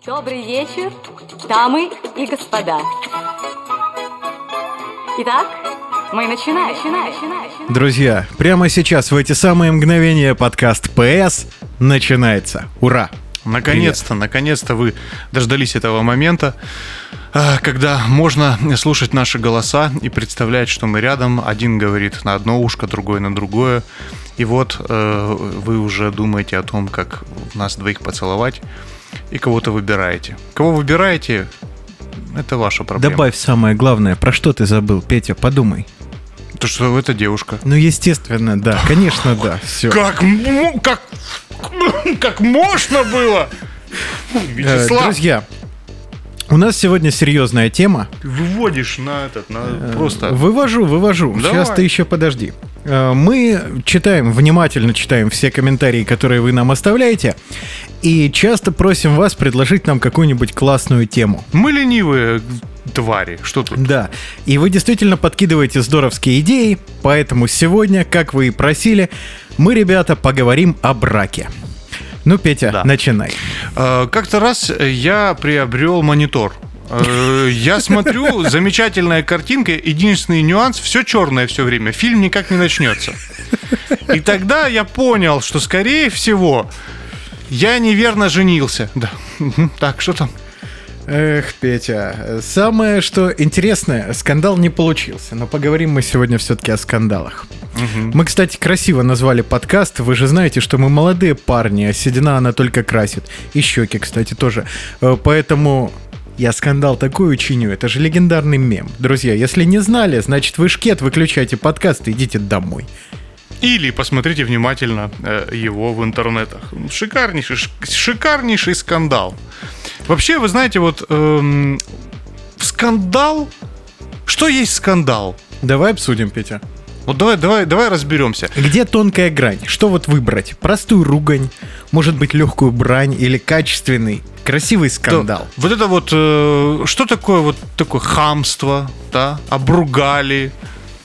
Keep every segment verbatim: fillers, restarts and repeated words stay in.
Добрый вечер, дамы и господа. Итак, мы начинаем. начинаем, начинаем. Друзья, прямо сейчас, в эти самые мгновения, подкаст ПС начинается. Ура! Наконец-то, Привет. наконец-то вы дождались этого момента, когда можно слушать наши голоса и представлять, что мы рядом. Один говорит на одно ушко, другой на другое. И вот э, вы уже думаете о том, как нас двоих поцеловать, и кого-то выбираете. Кого выбираете, это ваша проблема. Добавь самое главное. Про что ты забыл, Петя? Подумай. То, что это девушка. Ну, естественно, да. Конечно, да. Все. Как, как, как можно было? Вячеслав. Друзья, у нас сегодня серьезная тема. Ты выводишь на этот, на просто... Вывожу, вывожу. Давай. Сейчас ты еще подожди. Мы читаем, внимательно читаем все комментарии, которые вы нам оставляете, и часто просим вас предложить нам какую-нибудь классную тему. Мы ленивые твари, что тут? Да, и вы действительно подкидываете здоровские идеи, поэтому сегодня, как вы и просили, мы, ребята, поговорим о браке. Ну, Петя, да. начинай. Как-то раз я приобрел монитор. Я смотрю, замечательная картинка, единственный нюанс, все черное все время, фильм никак не начнется. И тогда я понял, что, скорее всего, я неверно женился. Да. Так, что там? Эх, Петя, самое, что интересное, скандал не получился, но поговорим мы сегодня все-таки о скандалах. Угу. Мы, кстати, красиво назвали подкаст, вы же знаете, что мы молодые парни, а седина она только красит. И щеки, кстати, тоже. Поэтому... Я скандал такой учиню, это же легендарный мем. Друзья, если не знали, значит вы шкет, выключайте подкаст и идите домой. Или посмотрите внимательно э, его в интернетах. Шикарнейший, шикарнейший скандал. Вообще, вы знаете, вот эм, скандал... Что есть скандал? Давай обсудим, Петя. Вот давай, давай, давай разберемся. Где тонкая грань? Что вот выбрать? Простую ругань, может быть, легкую брань или качественный, красивый скандал? То, вот это вот, э, что такое вот такое хамство, да? Обругали.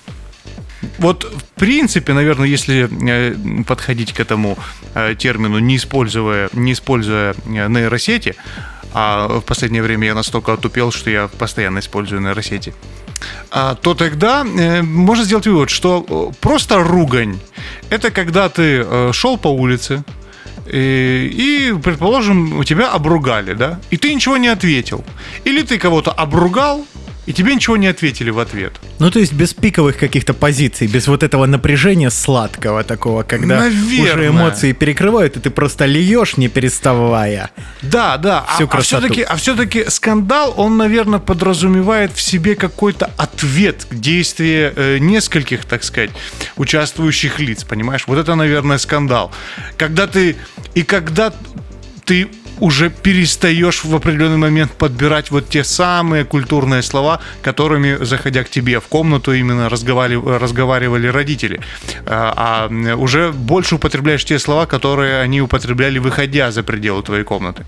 Вот, в принципе, наверное, если э, подходить к этому э, термину, не используя, не используя э, нейросети, а в последнее время я настолько отупел, что я постоянно использую нейросети, а, то тогда э, можно сделать вывод, что просто ругань – это когда ты э, шел по улице, и, и, предположим, тебя обругали, да, и ты ничего не ответил. Или ты кого-то обругал, и тебе ничего не ответили в ответ. Ну, то есть без пиковых каких-то позиций, без вот этого напряжения сладкого такого, когда Наверное. уже эмоции перекрывают, и ты просто льешь, не переставая. Да, да. Всю а, а, все-таки, а все-таки скандал, он, наверное, подразумевает в себе какой-то ответ к действию э, нескольких, так сказать, участвующих лиц, понимаешь? Вот это, наверное, скандал. Когда ты... И когда ты... уже перестаешь в определенный момент подбирать вот те самые культурные слова, которыми, заходя к тебе в комнату, именно разговаривали, разговаривали родители. А, а уже больше употребляешь те слова, которые они употребляли, выходя за пределы твоей комнаты.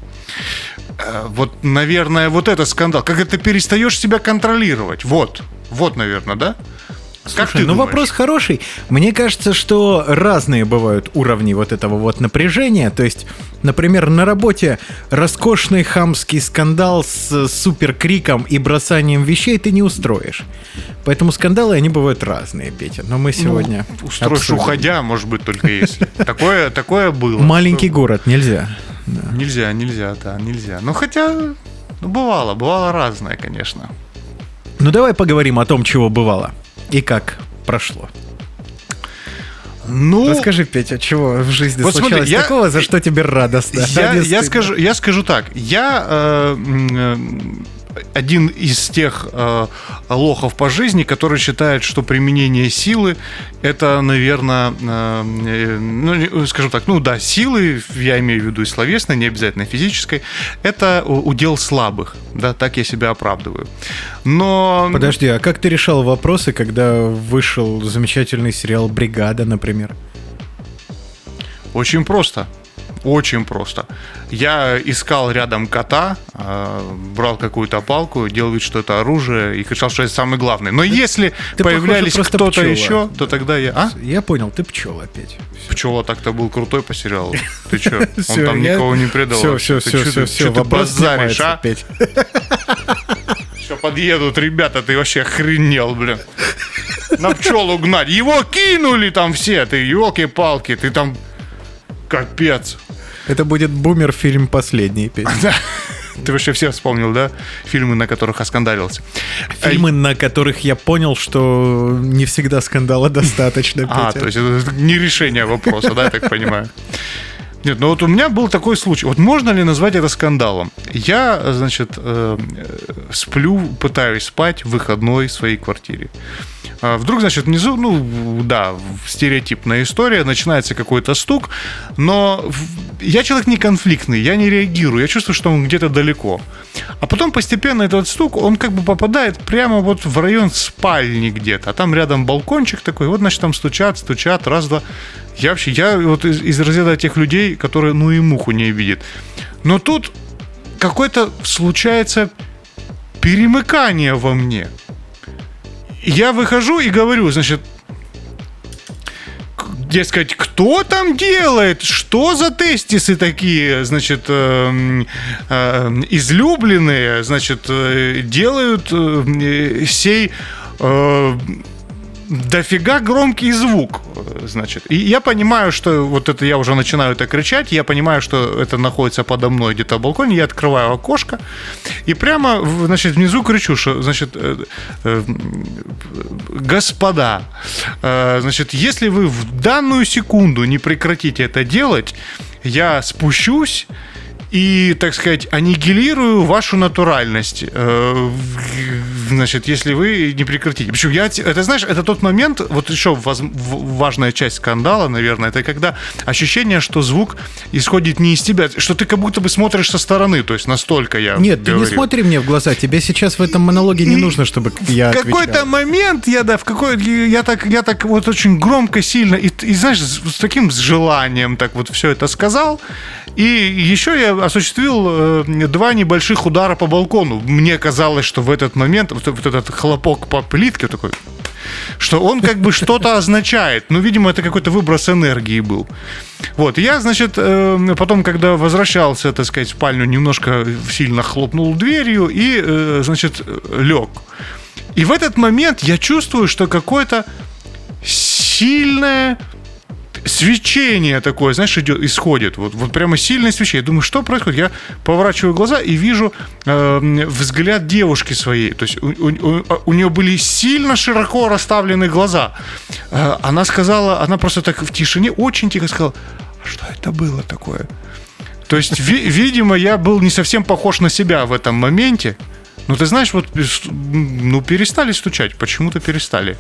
Вот, наверное, вот это скандал. Как ты перестаешь себя контролировать. Вот. Вот, наверное, да? Слушай, как ты ну думаешь? Вопрос хороший. Мне кажется, что разные бывают уровни вот этого вот напряжения. То есть, например, на работе роскошный хамский скандал с суперкриком и бросанием вещей ты не устроишь. Поэтому скандалы, они бывают разные, Петя. Но мы сегодня ну, устроишь обсудим. Уходя, может быть, только если. Такое, такое было. Маленький город, нельзя. Нельзя, нельзя, да, нельзя. Ну, хотя, ну, бывало, бывало разное, конечно. Ну, давай поговорим о том, чего бывало. И как прошло? Ну, расскажи, Петя, чего в жизни вот случилось смотри, я, такого, за что тебе радостно? Я, я, скажу, я скажу так. Я э, э, один из тех э, лохов по жизни, который считает, что применение силы — это, наверное, э, ну, скажем так, ну да, силы, я имею в виду и словесной, не обязательно физической, это удел слабых, да, так я себя оправдываю. Но... Подожди, а как ты решал вопросы, когда вышел замечательный сериал «Бригада», например? Очень просто. Очень просто. Я искал рядом кота, брал какую-то палку, делал вид, что это оружие, и кричал, что это самый главный. Но если ты, появлялись похоже, кто-то пчела. еще, то тогда я... А? Я понял, ты пчела опять. Пчела так-то был крутой по сериалу. Ты что? Он Всё, там я- никого не предал. Все, вообще. все, Ты все, чё все, ты- все, чё ты вопрос базаришь, снимается а? опять. Еще подъедут ребята, ты вообще охренел, блин. На пчелу гнать. Его кинули там все, ты елки-палки, ты там... Капец. Это будет бумер-фильм последний, Петя. Да. Ты вообще все вспомнил, да? Фильмы, на которых оскандалился. Фильмы, на которых я понял, что не всегда скандала достаточно, Петя. А, то есть это не решение вопроса, да, я так понимаю. Нет, ну вот у меня был такой случай. Вот можно ли назвать это скандалом? Я, значит, э, сплю, пытаюсь спать в выходной в своей квартире. А вдруг, значит, внизу, ну, да, стереотипная история, начинается какой-то стук, но я человек не конфликтный, я не реагирую, я чувствую, что он где-то далеко. А потом постепенно этот стук, он как бы попадает прямо вот в район спальни где-то, а там рядом балкончик такой, вот, значит, там стучат, стучат, раз-два. Я вообще, я вот из, из разряда тех людей, которые, ну, и муху не видят. Но тут какое-то случается перемыкание во мне. Я выхожу и говорю, значит, дескать, кто там делает? Что за тестисы такие, значит, э, э, излюбленные, значит, э, делают э, сей... Э, дофига громкий звук, значит. И я понимаю, что вот это я уже начинаю это кричать, я понимаю, что это находится подо мной где-то на балконе, я открываю окошко и прямо, значит, внизу кричу, что, значит, э, э, господа, э, значит, если вы в данную секунду не прекратите это делать, я спущусь и, так сказать, аннигилирую вашу натуральность, э, значит, если вы не прекратите. Причем я, это, знаешь, это тот момент, вот еще воз, важная часть скандала, наверное, это когда ощущение, что звук исходит не из тебя, что ты как будто бы смотришь со стороны, то есть настолько я Нет, говорю. ты не смотри мне в глаза, тебе сейчас в этом монологе не нужно, чтобы я В какой-то отвечал. момент я, да, в какой я так, я так вот очень громко, сильно, и, и знаешь, с, с таким с желанием так вот все это сказал. И еще я осуществил э, два небольших удара по балкону. Мне казалось, что в этот момент вот, вот этот хлопок по плитке такой, что он как бы что-то означает. Ну, видимо, это какой-то выброс энергии был. Вот, я, значит, э, потом, когда возвращался, так сказать, в спальню, немножко сильно хлопнул дверью и, э, значит, лег. И в этот момент я чувствую, что какое-то сильное свечение такое, знаешь, идет, исходит. Вот, вот прямо сильное свечение. Я думаю, что происходит? Я поворачиваю глаза и вижу э, взгляд девушки своей. То есть у, у, у нее были сильно широко расставлены глаза. Э, она сказала, она просто так в тишине очень тихо сказала: а что это было такое? То есть, ви, видимо, я был не совсем похож на себя в этом моменте. Ну, ты знаешь, вот, ну, перестали стучать. Почему-то перестали.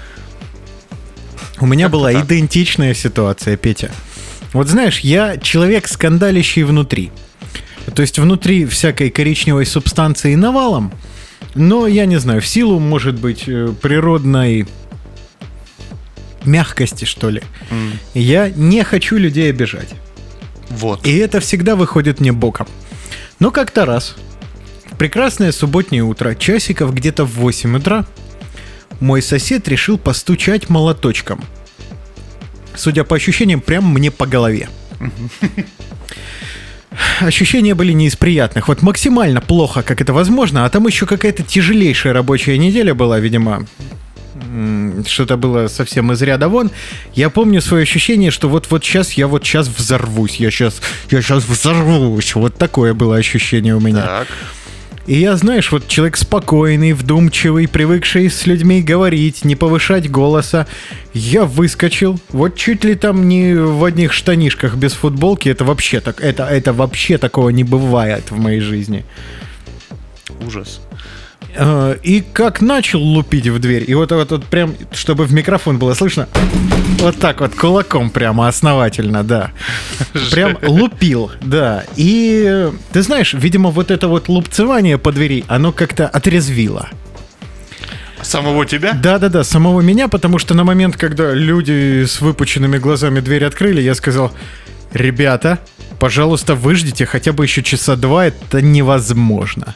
У меня Как-то была так. идентичная ситуация, Петя. Вот знаешь, я человек, скандалящий внутри. То есть внутри всякой коричневой субстанции навалом, но я не знаю, в силу, может быть, э, природной мягкости, что ли, Mm. я не хочу людей обижать. Вот. И это всегда выходит мне боком. Но как-то раз, в прекрасное субботнее утро, часиков где-то в восемь утра, мой сосед решил постучать молоточком. Судя по ощущениям, прямо мне по голове. Ощущения были не из приятных. Вот максимально плохо, как это возможно. А там еще какая-то тяжелейшая рабочая неделя была, видимо. М, Что-то было совсем из ряда вон. Я помню свое ощущение, что вот-вот сейчас я вот сейчас взорвусь. Я сейчас, я сейчас взорвусь. Вот такое было ощущение у меня. Так. И я, знаешь, вот человек спокойный, вдумчивый, привыкший с людьми говорить, не повышать голоса. Я выскочил, вот чуть ли там не в одних штанишках без футболки. Это вообще так, это, это вообще такого не бывает в моей жизни. Ужас. Э, И как начал лупить в дверь, и вот, вот, вот прям, чтобы в микрофон было слышно, вот так вот кулаком прямо основательно, да. Прям лупил, да. И э, ты знаешь, видимо, вот это вот лупцевание по двери, оно как-то отрезвило. Самого тебя? Да-да-да, самого меня, потому что на момент, когда люди с выпученными глазами дверь открыли, я сказал: ребята, пожалуйста, выждите хотя бы еще часа два, это невозможно.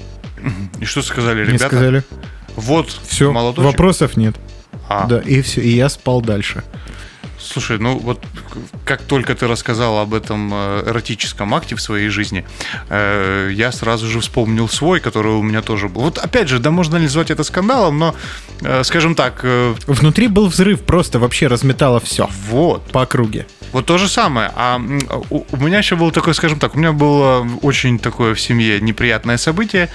И что сказали ребята? Не сказали. Вот, все, молодой. Вопросов нет. А. Да, и все, и я спал дальше. Слушай, ну вот как только ты рассказал об этом эротическом акте в своей жизни, э, я сразу же вспомнил свой, который у меня тоже был. Вот опять же, да, можно ли назвать это скандалом, но, э, скажем так... Э, Внутри был взрыв, просто вообще разметало все. Вот. По округе. Вот то же самое. А у, у меня еще было такое, скажем так, у меня было очень такое в семье неприятное событие,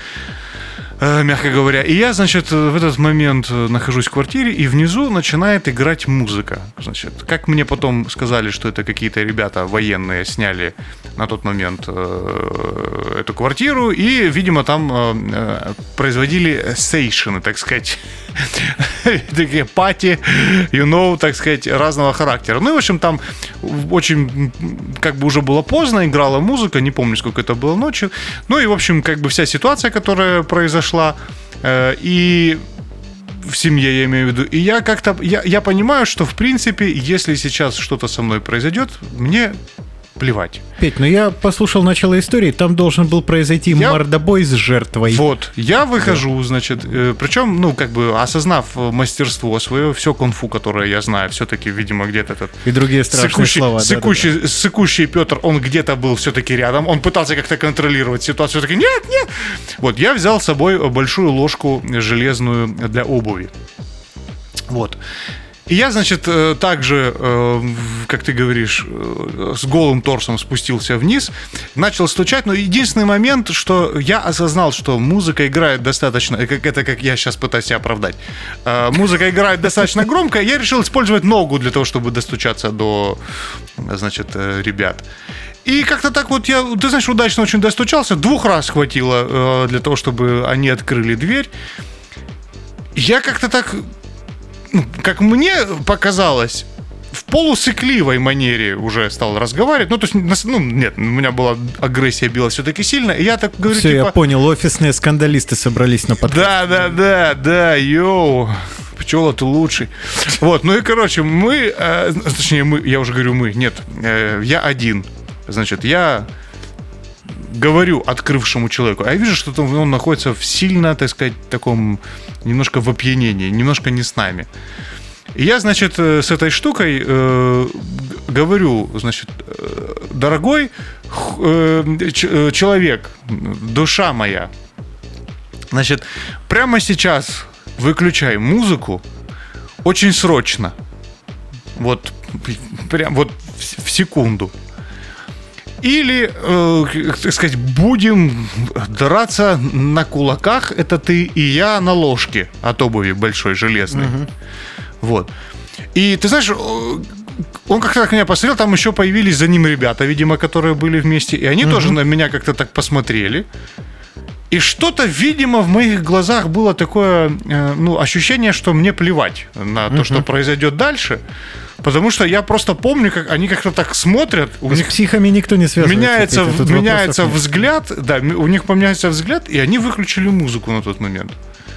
мягко говоря. И я, значит, в этот момент нахожусь в квартире, и внизу начинает играть музыка. Значит, как мне потом сказали, что это какие-то ребята военные сняли на тот момент э, эту квартиру, и, видимо, там э, производили сейшены, так сказать, такие пати, you know, так сказать, разного характера. Ну и, в общем, там очень, как бы уже было поздно, играла музыка, не помню, сколько это было ночью. Ну и, в общем, как бы вся ситуация, которая произошла, э, и в семье, я имею в виду, и я как-то, я, я понимаю, что, в принципе, если сейчас что-то со мной произойдет, мне плевать. Петь, ну я послушал начало истории, там должен был произойти я... мордобой с жертвой. Вот, я выхожу, да. значит, э, причем, ну, как бы, осознав мастерство свое, все кунг-фу, которое я знаю, все-таки, видимо, где-то этот... И другие страшные сыкущий, слова. Сыкущий, да, да, да. сыкущий Петр, он где-то был все-таки рядом, он пытался как-то контролировать ситуацию, все-таки нет, нет. Вот, я взял с собой большую ложку железную для обуви. Вот. И я, значит, также, как ты говоришь, с голым торсом спустился вниз, начал стучать, но единственный момент, что я осознал, что музыка играет достаточно, как это как я сейчас пытаюсь себя оправдать, музыка играет достаточно громко, я решил использовать ногу для того, чтобы достучаться до, значит, ребят. И как-то так вот я, ты знаешь, удачно очень достучался, двух раз хватило для того, чтобы они открыли дверь. Я как-то так... Ну, как мне показалось, в полусыкливой манере уже стал разговаривать. Ну, то есть, ну, нет, у меня была агрессия, била все-таки сильно. И я так говорю, все, типа... я понял, офисные скандалисты собрались на подкаст. Да, да, да, да, йоу, пчела, ты лучший. Вот, ну и, короче, мы, э, точнее, мы, я уже говорю мы, нет, э, я один. Значит, я... говорю открывшему человеку, а я вижу, что он находится в сильно, так сказать, таком немножко в опьянении, немножко не с нами. И я, значит, с этой штукой э, говорю, значит, дорогой э, ч- человек, душа моя, значит, прямо сейчас выключай музыку, очень срочно, вот, прям вот в, в секунду. Или, э, так сказать, будем драться на кулаках, это ты и я, на ложке от обуви большой, железной. Uh-huh. Вот. И ты знаешь, он как-то так меня посмотрел, там еще появились за ним ребята, видимо, которые были вместе, и они uh-huh. тоже на меня как-то так посмотрели. И что-то, видимо, в моих глазах было такое, э, ну, ощущение, что мне плевать на uh-huh. то, что произойдет дальше. Потому что я просто помню, как они как-то так смотрят. У С них психами никто не связывается. Меняется, в, меняется взгляд, да, у них поменяется взгляд, и они выключили музыку на тот момент.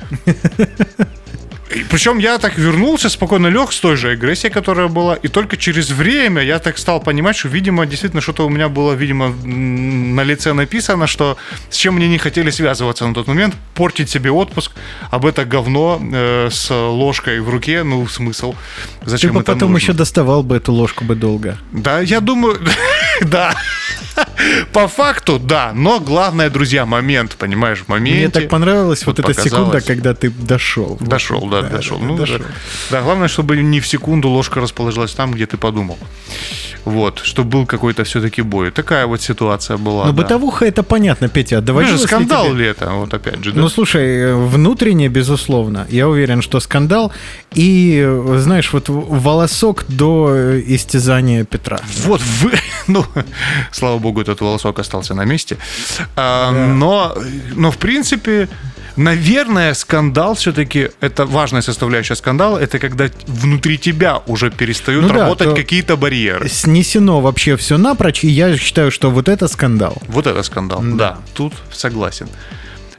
И причем я так вернулся, спокойно лег с той же агрессией, которая была, и только через время я так стал понимать, что, видимо, действительно что-то у меня было, видимо, на лице написано, что с чем мне не хотели связываться на тот момент, портить себе отпуск, об это говно э, с ложкой в руке, ну, смысл. Зачем Ты бы это потом нужно? еще доставал бы эту ложку бы долго. Да, я думаю, да. По факту, да. Но главное, друзья, момент, понимаешь, в моменте. Мне так понравилась вот, вот эта показалось. секунда, когда ты дошел. Дошел, да, да, дошел. Да, ну, дошел. Да. да, главное, чтобы не в секунду ложка расположилась там, где ты подумал. Вот, чтобы был какой-то все-таки бой. Такая вот ситуация была. Но да. бытовуха, это понятно, Петя. А доводилось ну, же скандал ли, тебе... ли это? Вот опять же, да? Ну, слушай, внутренне, безусловно, я уверен, что скандал. И, знаешь, вот волосок до истязания Петра. Вот вы... Ну, слава богу, этот волосок остался на месте. А, да. но, но, в принципе... Наверное, скандал все-таки, это важная составляющая скандала, это когда внутри тебя уже перестают ну работать да, какие-то барьеры. Снесено вообще все напрочь, и я считаю, что вот это скандал. Вот это скандал, да, да тут согласен.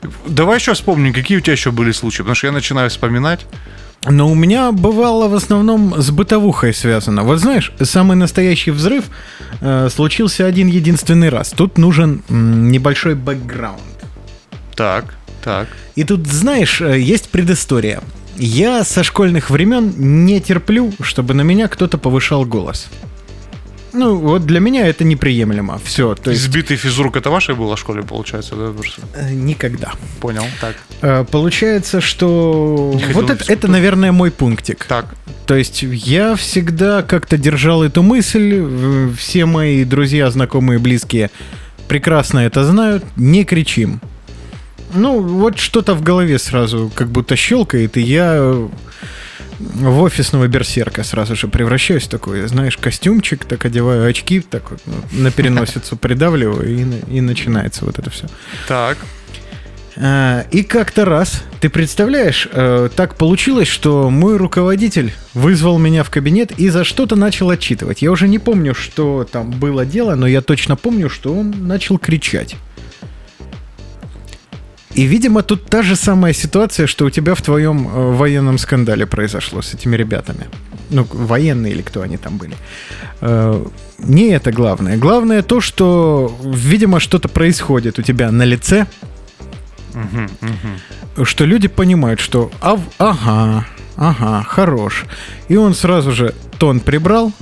Давай еще вспомним, какие у тебя еще были случаи, потому что я начинаю вспоминать. Но у меня бывало в основном с бытовухой связано. Вот знаешь, самый настоящий взрыв э, случился один единственный раз. Тут нужен м, небольшой бэкграунд. Так, так. И тут, знаешь, есть предыстория. Я со школьных времен не терплю, чтобы на меня кто-то повышал голос. Ну, вот для меня это неприемлемо. Все, то есть... Избитый физрук — это вашей было в школе, получается, да? Никогда. Понял, так. Получается, что... Вот это, это, наверное, мой пунктик. Так. То есть я всегда как-то держал эту мысль. Все мои друзья, знакомые, близкие прекрасно это знают. Не кричим. Ну, вот что-то в голове сразу как будто щелкает, и я... в офисного берсерка сразу же превращаюсь в такой, знаешь, костюмчик, так одеваю очки, так вот ну, на переносицу придавливаю, и, и начинается вот это все. Так. А, и как-то раз, ты представляешь, так получилось, что мой руководитель вызвал меня в кабинет и за что-то начал отчитывать. Я уже не помню, что там было дело, но я точно помню, что он начал кричать. И, видимо, тут та же самая ситуация, что у тебя в твоем э, военном скандале произошло с этими ребятами. Ну, военные или кто они там были. Э, не это главное. Главное то, что, видимо, что-то происходит у тебя на лице, угу, угу. что люди понимают, что а, ага, ага, хорош. И он сразу же тон прибрал.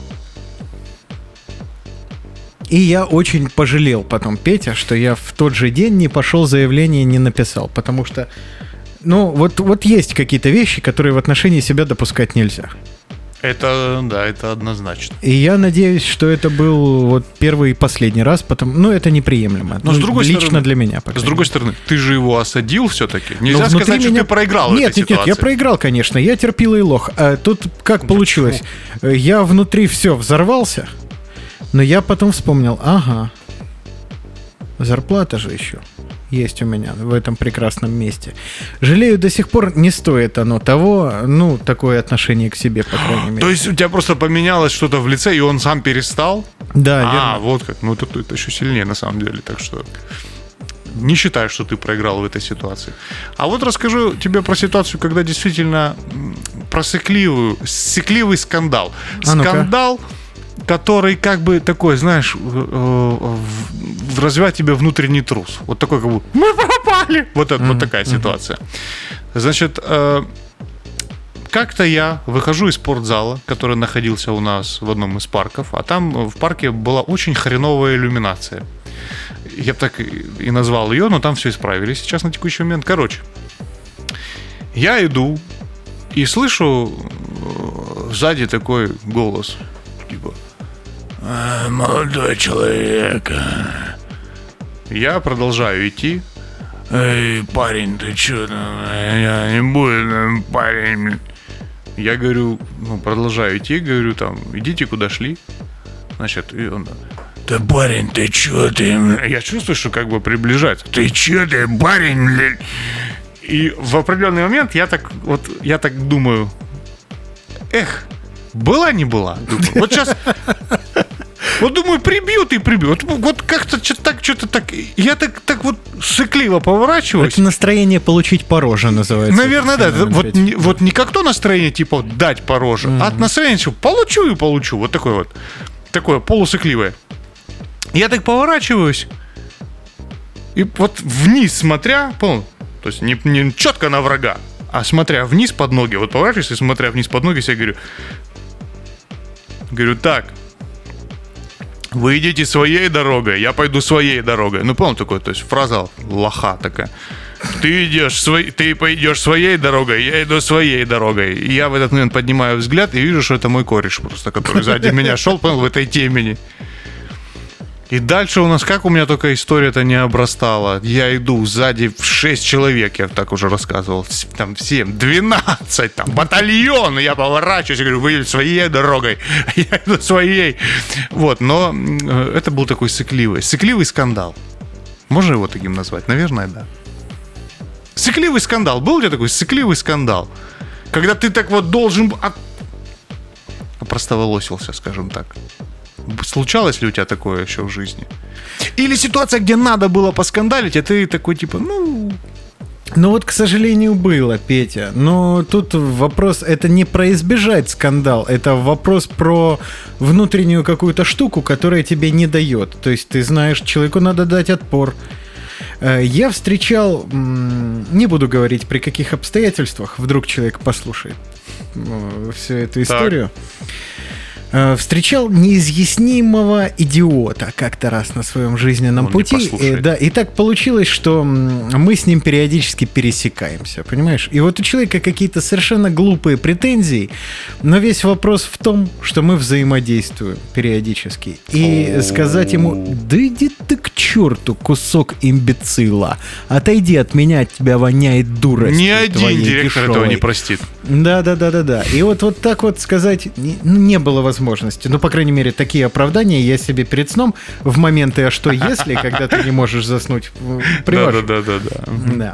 И я очень пожалел потом, Петя, что я в тот же день не пошел заявление, не написал. Потому что, ну, вот, вот есть какие-то вещи, которые в отношении себя допускать нельзя. Это, да, это однозначно. И я надеюсь, что это был вот первый и последний раз, потому, ну, это неприемлемо. Но ну, с другой лично стороны, для меня. С другой стороны, ты же его осадил все-таки. Нельзя Но сказать, меня... что ты проиграл нет, в этой нет, ситуации. Нет, я проиграл, конечно. Я терпила и лох. А тут как получилось? Я внутри все взорвался. Но я потом вспомнил, ага, зарплата же еще есть у меня в этом прекрасном месте. Жалею, до сих пор не стоит оно того, ну, такое отношение к себе, по крайней мере. То есть у тебя просто поменялось что-то в лице, и он сам перестал? Да, а, верно. А, вот как. Ну, это, это еще сильнее, на самом деле. Так что не считаю, что ты проиграл в этой ситуации. А вот расскажу тебе про ситуацию, когда действительно про сыкливую, сыкливый скандал. А ну-ка. Скандал, который как бы такой, знаешь, развивает тебе внутренний трус. Вот такой, как бы, мы пропали. Вот, это, mm-hmm. вот такая ситуация. Значит, как-то я выхожу из спортзала, который находился у нас в одном из парков, а там в парке была очень хреновая иллюминация. Я бы так и назвал ее, но там все исправили сейчас на текущий момент. Короче, я иду и слышу сзади такой голос, типа: молодой человек. Я продолжаю идти. Эй, парень, ты чё? Я не буду, парень. Я говорю, ну, продолжаю идти, говорю, там, идите куда шли. Значит, и он: да, парень, ты чё, ты? Я чувствую, что как бы приближается. Ты чё, ты, парень? И в определенный момент я так, вот, я так думаю, эх, была не была. Думаю. Вот сейчас, вот думаю, прибьют и прибьют. Вот, вот как-то что-то так, что-то так. Я так, так вот сыкливо поворачиваюсь. Это настроение получить по роже называется. Наверное, да. Вот не, вот не как то настроение, типа дать по роже, mm-hmm. а от настроения, что получу и получу. Вот такое вот. Такое полусыкливое. Я так поворачиваюсь. И вот вниз смотря, понял? То есть не, не четко на врага, а смотря вниз под ноги. Вот поворачиваюсь и смотря вниз под ноги, я говорю, говорю, так, вы идите своей дорогой, я пойду своей дорогой. Ну, понял, такой, то есть фраза лоха такая. Ты идешь, свой, ты пойдешь своей дорогой, я иду своей дорогой. И я в этот момент поднимаю взгляд и вижу, что это мой кореш просто, который сзади меня шел, понял, в этой темени. И дальше у нас, как у меня только история-то не обрастала. Я иду сзади в шесть человек, я так уже рассказывал, там семь, двенадцать, там батальон. И я поворачиваюсь и говорю, вы идете своей дорогой, я иду своей. Вот, но это был такой сыкливый, сыкливый скандал. Можно его таким назвать? Наверное, да. Сыкливый скандал. Был у тебя такой сыкливый скандал? Когда ты так вот должен... Опростоволосился, скажем так. Случалось ли у тебя такое еще в жизни? Или ситуация, где надо было поскандалить, а ты такой типа, ну, Ну вот, к сожалению, было, Петя. Но тут вопрос, это не про избежать скандал, это вопрос про внутреннюю какую-то штуку, которая тебе не дает. То есть ты знаешь, человеку надо дать отпор. Я встречал, не буду говорить при каких обстоятельствах, вдруг человек послушает всю эту историю. Встречал неизъяснимого идиота как-то раз на своем жизненном Он пути. И, да, и так получилось, что мы с ним периодически пересекаемся, понимаешь? И вот у человека какие-то совершенно глупые претензии, но весь вопрос в том, что мы взаимодействуем периодически. И сказать ему: да иди ты к черту, кусок имбецила, отойди от меня, от тебя воняет дурость. Ни один директор дешевой. Этого не простит. Да-да-да-да-да. И вот, вот так вот сказать не, не было возможности. возможности. Ну, по крайней мере, такие оправдания я себе перед сном в моменты «а что если», когда ты не можешь заснуть, привожу. Да-да-да. Да.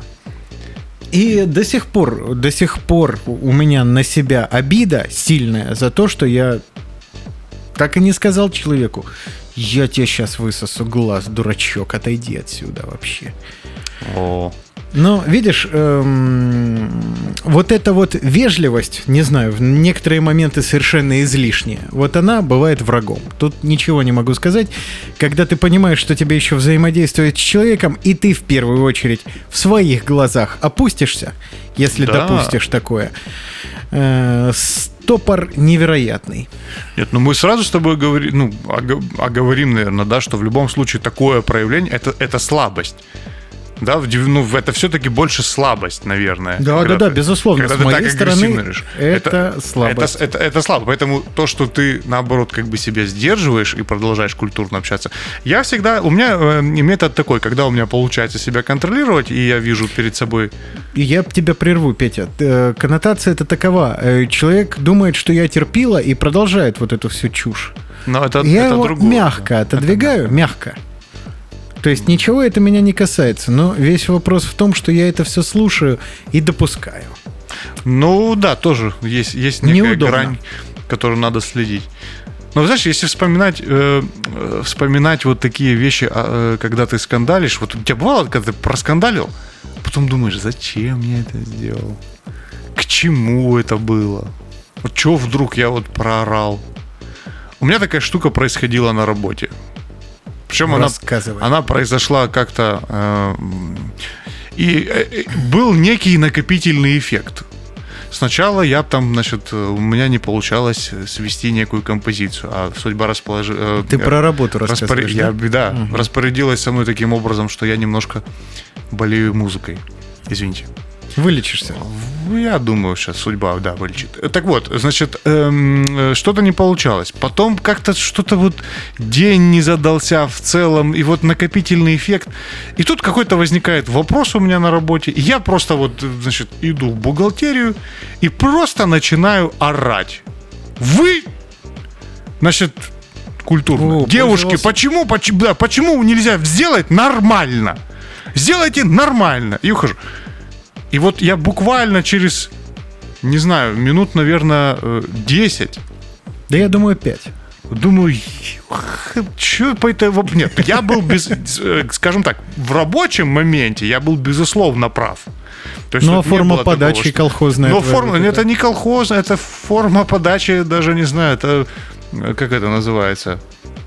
И до сих пор, до сих пор у меня на себя обида сильная за то, что я так и не сказал человеку: я тебе сейчас высосу глаз, дурачок, отойди отсюда вообще. О. Но, видишь, эм, вот эта вот вежливость, не знаю, в некоторые моменты совершенно излишняя. Вот она бывает врагом. Тут ничего не могу сказать. Когда ты понимаешь, что тебе еще взаимодействовать с человеком, и ты в первую очередь в своих глазах опустишься, если да. допустишь такое, э, стопор невероятный. Нет, ну мы сразу с тобой говори, ну, оговорим, наверное, да, что в любом случае такое проявление это, – это слабость. Да, ну, это все-таки больше слабость, наверное. Да, да, да, безусловно. С моей стороны, это, это слабость. Это, это, это слабо. Поэтому то, что ты, наоборот, как бы себя сдерживаешь и продолжаешь культурно общаться. Я всегда... У меня э, метод такой, когда у меня получается себя контролировать, и я вижу перед собой... И я тебя прерву, Петя. Коннотация это такова. Человек думает, что я терпила, и продолжает вот эту всю чушь. Но это, я это его другое. мягко отодвигаю, это... мягко. То есть ничего это меня не касается, но весь вопрос в том, что я это все слушаю и допускаю. Ну да, тоже есть, есть некая Неудобно. грань, которую надо следить. Но знаешь, если вспоминать, э, вспоминать вот такие вещи, э, когда ты скандалишь, вот у тебя бывало, когда ты проскандалил, потом думаешь, зачем я это сделал? К чему это было? Вот чего вдруг я вот проорал? У меня такая штука происходила на работе. Причем она, она произошла как-то... Э, и э, был некий накопительный эффект. Сначала я там, значит, у меня не получалось свести некую композицию, а судьба расположила... Ты э, про работу рассказываешь, распор... да? Я, да, угу. распорядилась со мной таким образом, что я немножко болею музыкой. Извините. Вылечишься? Я думаю, сейчас судьба, да, вылечит. Так вот, значит, эм, что-то не получалось. Потом как-то что-то вот день не задался в целом, и вот накопительный эффект. И тут какой-то возникает вопрос у меня на работе, и я просто вот, значит, иду в бухгалтерию и просто начинаю орать. Вы, значит, культурно. О, девушки, почему, почему, да, почему нельзя сделать нормально? Сделайте нормально. И ухожу. И вот я буквально через, не знаю, минут, наверное, десять. Да я думаю, пять. Думаю, что по это... Нет, я был, без, скажем так, в рабочем моменте я был, безусловно, прав. То есть, ну, а форма подачи такого, колхозная. Но форма, это не колхозная, это форма подачи, даже не знаю, это... Как это называется?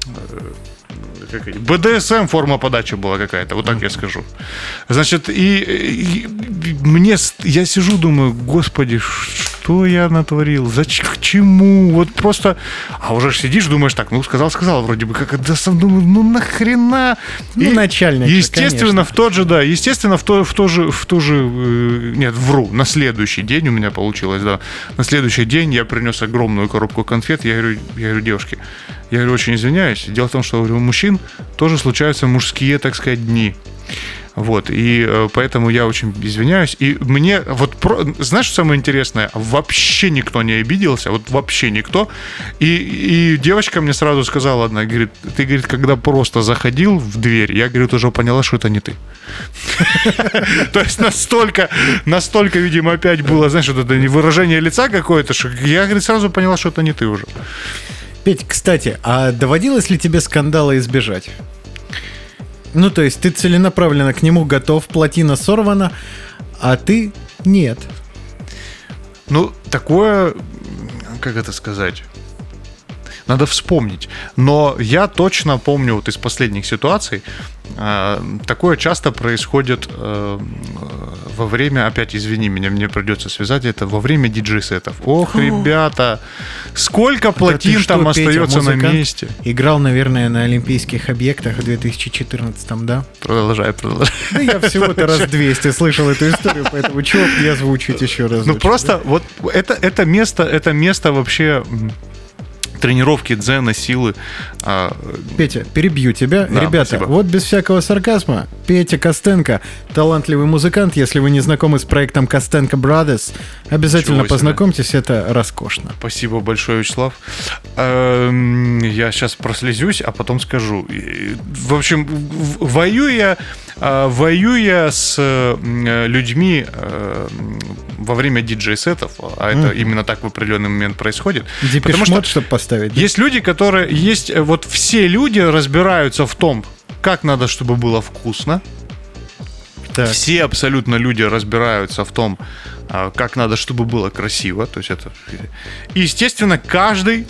бэ дэ эс эм форма подачи была какая-то, вот так uh-huh. я скажу. Значит, и, и мне, я сижу, думаю, господи, что я натворил, зачем, к чему, вот просто, а уже сидишь, думаешь, так, ну, сказал, сказал, вроде бы, как, да, сам думаю, ну, нахрена. Ну, и, начальник, естественно, конечно. в тот же, да, естественно, в то, в то же, в то же, нет, вру, на следующий день у меня получилось, да, на следующий день я принес огромную коробку конфет, я говорю, я говорю, девушки, я говорю, очень извиняюсь. Дело в том, что у мужчин тоже случаются мужские, так сказать, дни. Вот, и э, поэтому я очень извиняюсь. И мне, вот, про, знаешь, что самое интересное? Вообще никто не обиделся, вот вообще никто. И, и девочка мне сразу сказала одна, говорит, ты, говорит, когда просто заходил в дверь, я, говорит, уже поняла, что это не ты. То есть настолько, настолько, видимо, опять было, знаешь, вот это выражение лица какое-то, что я, говорит, сразу поняла, что это не ты уже. Петь, кстати, а доводилось ли тебе скандала избежать? Ну, то есть ты целенаправленно к нему готов, плотина сорвана, а ты нет. Ну, такое, как это сказать, надо вспомнить. Но я точно помню вот из последних ситуаций, э, такое часто происходит э, во время, опять извини меня, мне придется связать это, во время диджей-сетов. Ох, ребята, сколько плотин да что, там Петя, остается на музыкант, месте. Играл, наверное, на Олимпийских объектах в две тысячи четырнадцатом, да? Продолжай, продолжай. Да я всего-то раз двести слышал эту историю, поэтому чего не озвучить еще раз. Ну просто вот это, это место, это место вообще тренировки дзена, силы. Петя, перебью тебя. Да, Ребята, спасибо. вот без всякого сарказма, Петя Костенко, талантливый музыкант. Если вы не знакомы с проектом Костенко Brothers, обязательно познакомьтесь, это роскошно. Спасибо большое, Вячеслав. Я сейчас прослезюсь, а потом скажу. В общем, воюя, воюя с людьми во время диджей-сетов, а это mm. именно так в определенный момент происходит. Депеш Мод, чтобы поставить. Да? Есть люди, которые... Есть... Вот все люди разбираются в том, как надо, чтобы было вкусно. Так. Все абсолютно люди разбираются в том, как надо, чтобы было красиво. То есть это... И, естественно, каждый...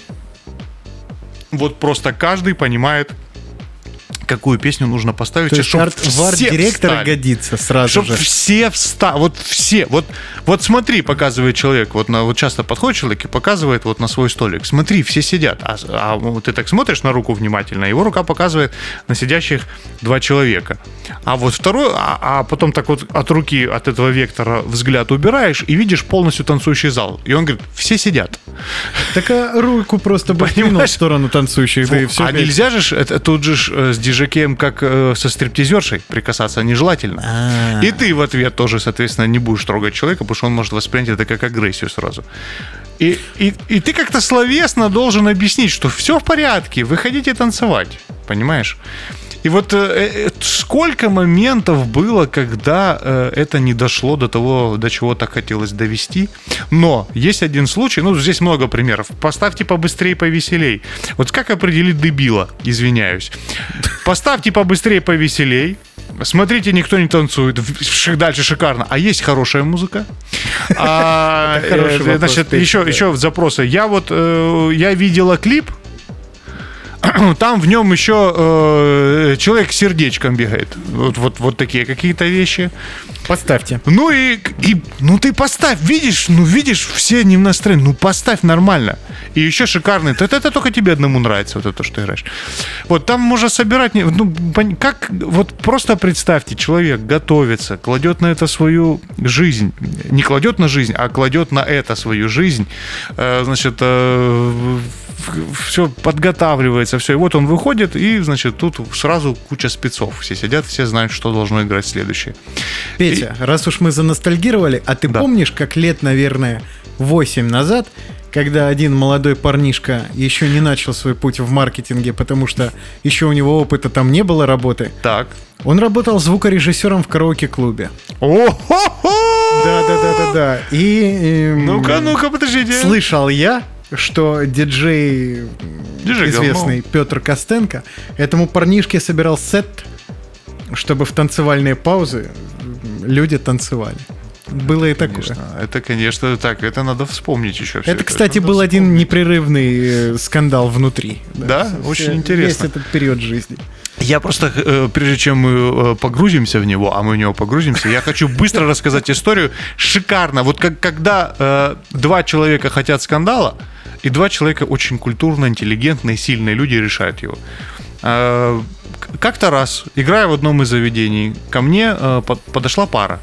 Вот просто каждый понимает, какую песню нужно поставить, то чтобы в арт-директора годится сразу чтобы же. все встали. Вот все. Вот, вот смотри, показывает человек. Вот, на, вот часто подходит человек и показывает вот на свой столик. Смотри, все сидят. А, а ты так смотришь на руку внимательно, его рука показывает на сидящих два человека. А вот второй, а, а потом так вот от руки, от этого вектора взгляд убираешь и видишь полностью танцующий зал. И он говорит, все сидят. Так а руку просто бы двинул в сторону танцующих, Фу, да и все. А нельзя же, это, тут же с диджекеем, как э, со стриптизершей, прикасаться нежелательно. А-а-а. И ты в ответ тоже, соответственно, не будешь трогать человека, потому что он может воспринять это как агрессию сразу. И, и, и ты как-то словесно должен объяснить, что все в порядке, вы хотите танцевать, понимаешь? И вот э, сколько моментов было, когда э, это не дошло до того, до чего так хотелось довести. Но есть один случай, ну, здесь много примеров. Поставьте побыстрее, повеселей. Вот как определить дебила, извиняюсь. Поставьте побыстрее, повеселей. Смотрите, никто не танцует. Дальше шикарно. А есть хорошая музыка? А, э, значит, еще, еще запросы. Я вот, э, я видела клип. Там в нем еще э, человек с сердечком бегает. Вот, вот, вот такие какие-то вещи. Поставьте. Ну и, и ну ты поставь, видишь, ну видишь, все не в настроении. Ну поставь нормально. И еще шикарный. Это, это только тебе одному нравится, вот это, что ты играешь. Вот там можно собирать. Ну, как, вот просто представьте, человек готовится, кладет на это свою жизнь. Не кладет на жизнь, а кладет на это свою жизнь. Э, значит, э, все подготавливается, все. И вот он выходит, и, значит, тут сразу куча спецов. Все сидят, все знают, что должно играть следующее. Петя, и... раз уж мы заностальгировали, а ты да. помнишь, как лет, наверное, восемь назад, когда один молодой парнишка еще не начал свой путь в маркетинге, потому что еще у него опыта там не было работы. Так. Он работал звукорежиссером в караоке-клубе. О-хо-хо! Да-да-да-да-да. И... Ну-ка, ну-ка, подождите. Слышал я, что диджей, диджей известный говно. Петр Костенко этому парнишке собирал сет, чтобы в танцевальные паузы люди танцевали. Было и конечно. такое. Это, конечно, так, это надо вспомнить еще. Это, это, кстати, был вспомнить. Один непрерывный скандал внутри. Да, да? Очень интересно. Весь этот период жизни. Я просто, прежде чем мы погрузимся в него, а мы в него погрузимся, я хочу быстро рассказать историю. Шикарно. Вот как, когда э, два человека хотят скандала, и два человека очень культурно, интеллигентные, сильные люди решают его. Э, как-то раз, играя в одном из заведений, ко мне э, подошла пара.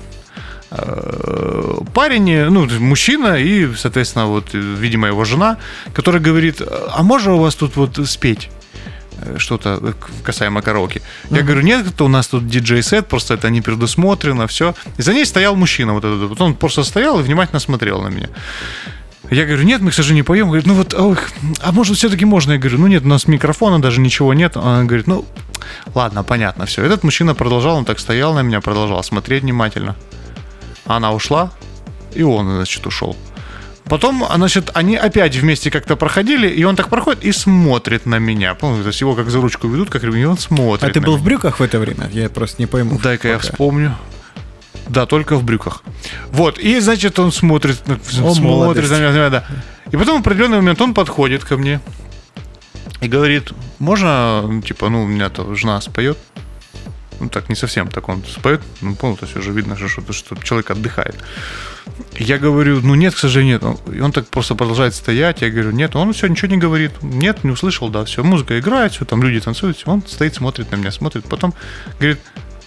Парень, ну, мужчина и, соответственно, вот, видимо, его жена, которая говорит, а можно у вас тут вот спеть что-то касаемо караоке? Я uh-huh. говорю, нет, это у нас тут диджей-сет, просто это не предусмотрено, все. И за ней стоял мужчина, вот этот, вот он просто стоял и внимательно смотрел на меня. Я говорю, нет, мы, к сожалению, не поем. Говорит, ну вот, ох, а может, все-таки можно? Я говорю, ну нет, у нас микрофона даже ничего нет. Он говорит, ну, ладно, понятно, все. Этот мужчина продолжал, он так стоял на меня, продолжал смотреть внимательно. Она ушла, и он, значит, ушел. Потом, значит, они опять вместе как-то проходили, и он так проходит и смотрит на меня. Помню, то есть его как за ручку ведут, как и он смотрит. А ты был меня. в брюках в это время? Я просто не пойму. Дай-ка я вспомню. Да, только в брюках. Вот, и, значит, он смотрит, О, смотрит на меня, на меня, да. И потом в определенный момент он подходит ко мне и говорит, можно, типа, ну, у меня-то жена споет. Ну, так, не совсем так он споет. Ну, понял, то есть уже видно, что, что, что человек отдыхает. Я говорю, ну, нет, к сожалению, нет. И он так просто продолжает стоять. Я говорю, нет, он все, ничего не говорит. Нет, не услышал, да, все. Музыка играет, все, там люди танцуют. Он стоит, смотрит на меня, смотрит. Потом говорит,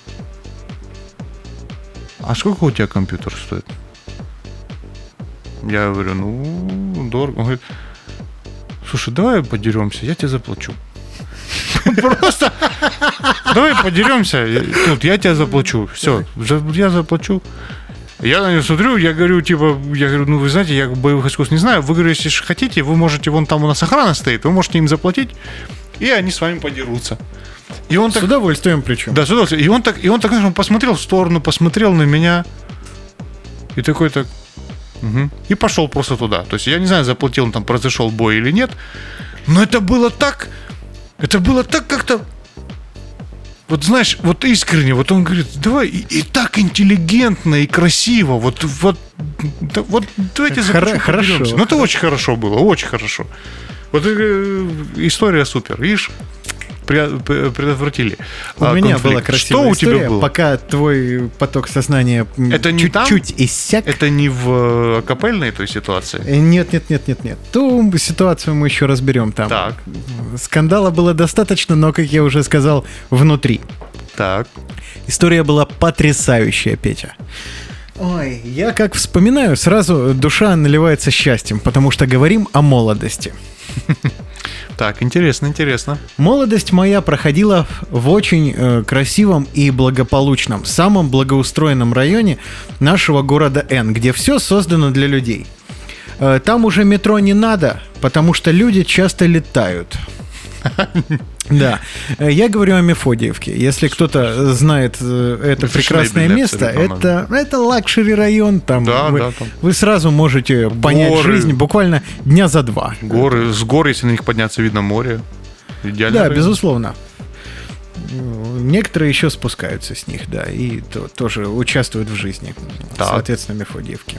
а сколько у тебя компьютер стоит? Я говорю, ну, дорого. Он говорит, слушай, давай подеремся, я тебе заплачу. Просто давай подеремся, я тебе заплачу. Все, я заплачу. Я на него смотрю, я говорю, типа, я говорю, ну, вы знаете, я боевых искусств не знаю. Вы, говорю, если хотите, вы можете, вон там у нас охрана стоит, вы можете им заплатить, и они с вами подерутся. И он с так, удовольствием причем. Да, с удовольствием. И он так, и он так, знаешь, он посмотрел в сторону, посмотрел на меня, и такой так, угу. И пошел просто туда. То есть я не знаю, заплатил он там, произошел бой или нет, но это было так, это было так как-то, вот знаешь, вот искренне, вот он говорит, давай, и, и так интеллигентно и красиво, вот, вот, да, вот давайте заплачу, хорошо. подеремся. Ну это очень хорошо было, очень хорошо. Вот э, история супер, видишь? Предотвратили. У а, меня конфликт. Была красивая Что история, у тебя было? Пока твой поток сознания это не чуть-чуть там? иссяк. Это не в акапельной той ситуации? Нет, нет, нет, нет, нет. Ту ситуацию мы еще разберем там. Так. Скандала было достаточно, но, как я уже сказал, внутри. Так. История была потрясающая, Петя. Ой, я как вспоминаю, сразу душа наливается счастьем, потому что говорим о молодости. Так, интересно, интересно. Молодость моя проходила в очень э, красивом и благополучном, самом благоустроенном районе нашего города Н, где все создано для людей. Э, там уже метро не надо, потому что люди часто летают. Да, я говорю о Мефодиевке. Если кто-то знает это прекрасное место, это, это лакшери район. Там, да, вы, да, там. вы сразу можете понять горы, жизнь буквально дня за два. Горы, с гор, если на них подняться, видно море. Идеально. Да, район. безусловно. Некоторые еще спускаются с них, да, и то, тоже участвуют в жизни, так. Соответственно, Мефодиевки.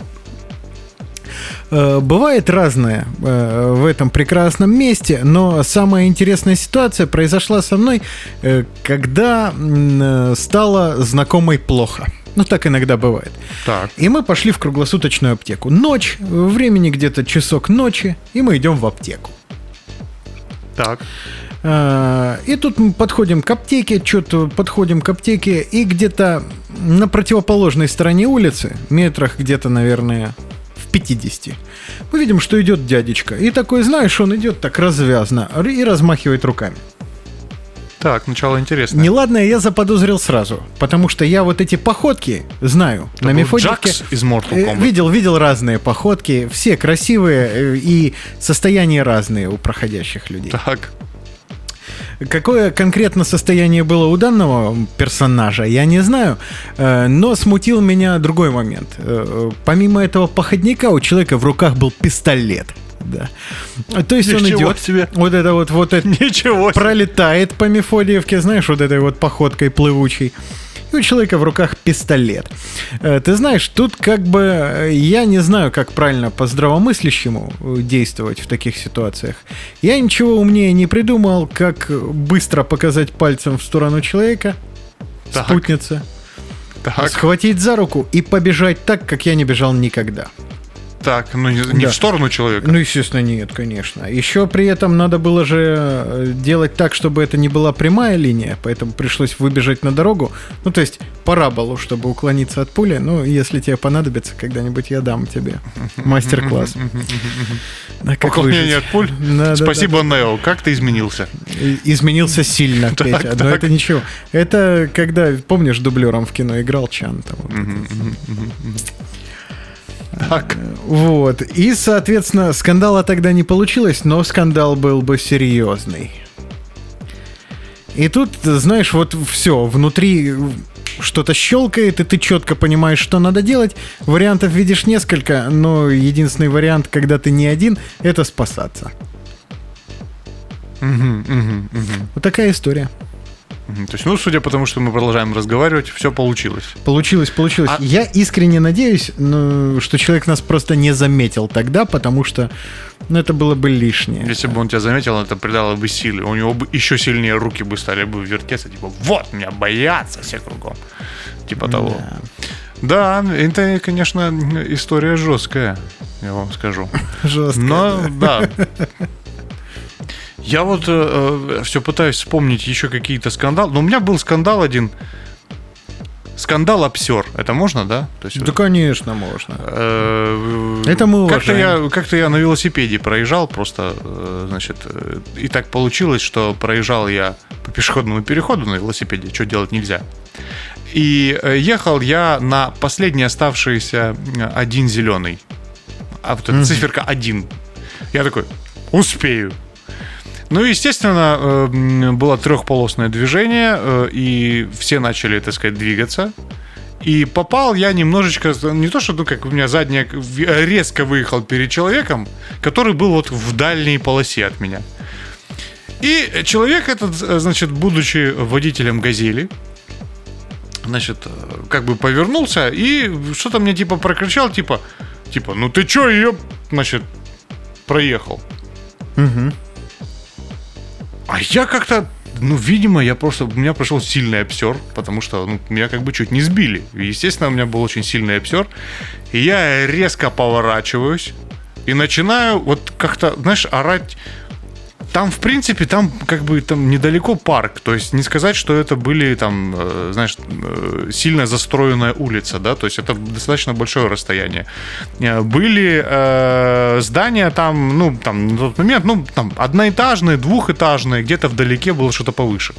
Бывает разное в этом прекрасном месте, но самая интересная ситуация произошла со мной, когда стало знакомой плохо. Ну, так иногда бывает. Так. И мы пошли в круглосуточную аптеку. Ночь, времени где-то часок ночи, и мы идем в аптеку. Так. И тут мы подходим к аптеке, что-то подходим к аптеке, и где-то на противоположной стороне улицы, метрах где-то, наверное, пятидесяти. Мы видим, что идет дядечка. И такой, знаешь, он идет так развязно и размахивает руками. Так, начало интересное. Неладное я заподозрил сразу, потому что я вот эти походки знаю. Это на Мефодиевке из Mortal Kombat. Видел, видел разные походки, все красивые и состояния разные у проходящих людей. Так. Какое конкретно состояние было у данного персонажа, я не знаю, но смутил меня другой момент. Помимо этого походника у человека в руках был пистолет. Да. То есть Ничего он идет, себе. вот это вот, вот это Ничего пролетает по Мефодиевке, знаешь, вот этой вот походкой плывучей. И у человека в руках пистолет. Ты знаешь, тут как бы я не знаю, как правильно по здравомыслящему действовать в таких ситуациях. Я ничего умнее не придумал, как быстро показать пальцем в сторону человека, так. спутницы, так. схватить за руку и побежать так, как я не бежал никогда. Так, ну не, не да. в сторону человека. Ну, естественно, нет, конечно. Еще при этом надо было же делать так, чтобы это не была прямая линия, поэтому пришлось выбежать на дорогу. Ну, то есть параболу, чтобы уклониться от пули. Ну, если тебе понадобится, когда-нибудь я дам тебе мастер-класс. Уклонение от пуль? Спасибо, Нео. Как ты изменился? Изменился сильно, Петя. Но это ничего. Это когда, помнишь, дублером в кино играл Чан? Так. Вот. И, соответственно, скандала тогда не получилось, но скандал был бы серьезный. И тут, знаешь, вот все, внутри что-то щелкает, и ты четко понимаешь, что надо делать. Вариантов видишь несколько, но единственный вариант, когда ты не один, это спасаться. Угу, угу, угу. Вот такая история. То есть, ну, судя по тому, что мы продолжаем разговаривать, все получилось. Получилось, получилось. А... Я искренне надеюсь, ну, что человек нас просто не заметил тогда, потому что, ну, это было бы лишнее. Если бы он тебя заметил, это придало бы силы. У него бы еще сильнее руки бы стали бы вертеться, типа, вот, меня боятся все кругом. Типа да. того. Да, это, конечно, история жесткая, я вам скажу. Жесткая. Но, да. Я вот э, все пытаюсь вспомнить еще какие-то скандалы. Но у меня был скандал один. Скандал обсер. Это можно, да? То есть, да, конечно, можно. Э, Это мы уважаем. Как-то я, как-то я на велосипеде проезжал просто, э, значит, э, и так получилось, что проезжал я по пешеходному переходу на велосипеде, что делать нельзя. И э, ехал я на последний оставшийся один зеленый. А вот эта mm-hmm. циферка один. Я такой, успею. Ну, естественно, было трехполосное движение, и все начали, так сказать, двигаться. И попал я немножечко, не то, что, ну, как у меня задняя, резко выехал перед человеком, который был вот в дальней полосе от меня. И человек этот, значит, будучи водителем «Газели», значит, как бы повернулся и что-то мне, типа, прокричал, типа, типа, ну ты чё ее, значит, проехал? Угу. А я как-то, ну, видимо, я просто, у меня прошел сильный обсер, потому что, ну, меня как бы чуть не сбили. И, естественно, у меня был очень сильный обсер. И я резко поворачиваюсь и начинаю вот как-то, знаешь, орать. Там, в принципе, там как бы там недалеко парк. То есть не сказать, что это были там, э, знаешь, э, сильно застроенная улица, да, то есть это достаточно большое расстояние. Были э, здания там, ну, там на тот момент, ну, там одноэтажные, двухэтажные, где-то вдалеке было что-то повыше.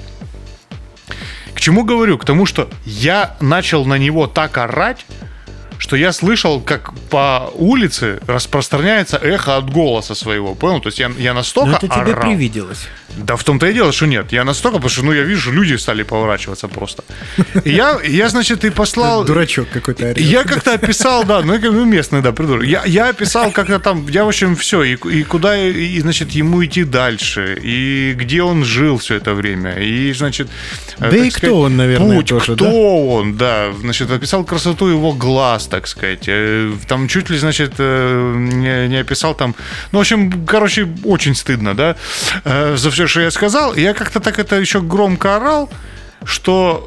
К чему говорю? К тому, что я начал на него так орать, что я слышал, как по улице распространяется эхо от голоса своего, понял? То есть я, я настолько орал. Но это тебе привиделось. Да в том-то и дело, что нет. Я настолько, потому что, ну, я вижу, люди стали поворачиваться просто. И я, я, значит, и послал... Дурачок какой-то орет. Я как-то описал, да, ну, ну местный, да, придурок. Я, я описал как-то там, я, в общем, все, и, и куда, и, значит, ему идти дальше, и где он жил все это время, и, значит... Да и сказать, кто он, наверное, путь, тоже, кто да? он, да. Значит, описал красоту его глаз, так сказать. Там чуть ли, значит, не, не описал там... Ну, в общем, короче, очень стыдно, да, за все, что я сказал. Я как-то так это еще громко орал, что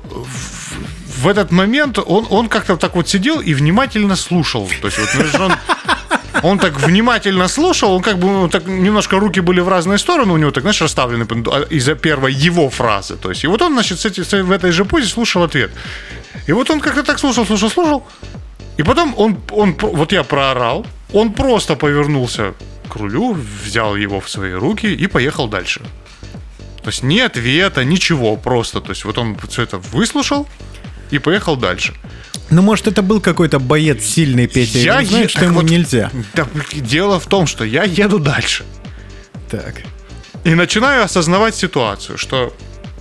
в, в этот момент он, он как-то так вот сидел и внимательно слушал. То есть вот он, он так внимательно слушал, он как бы ну, так немножко руки были в разные стороны у него, так, знаешь, расставлены из-за первой его фразы. То есть и вот он, значит, с эти, в этой же позе слушал ответ. И вот он как-то так слушал, слушал, слушал. И потом он, он, вот я проорал, он просто повернулся к рулю, взял его в свои руки и поехал дальше. То есть ни ответа, ничего, просто. То есть вот он все это выслушал и поехал дальше. Ну, может, это был какой-то боец сильный, Петя, я и он знает, е... что ему вот, нельзя. Да, дело в том, что я еду дальше. Так. И начинаю осознавать ситуацию, что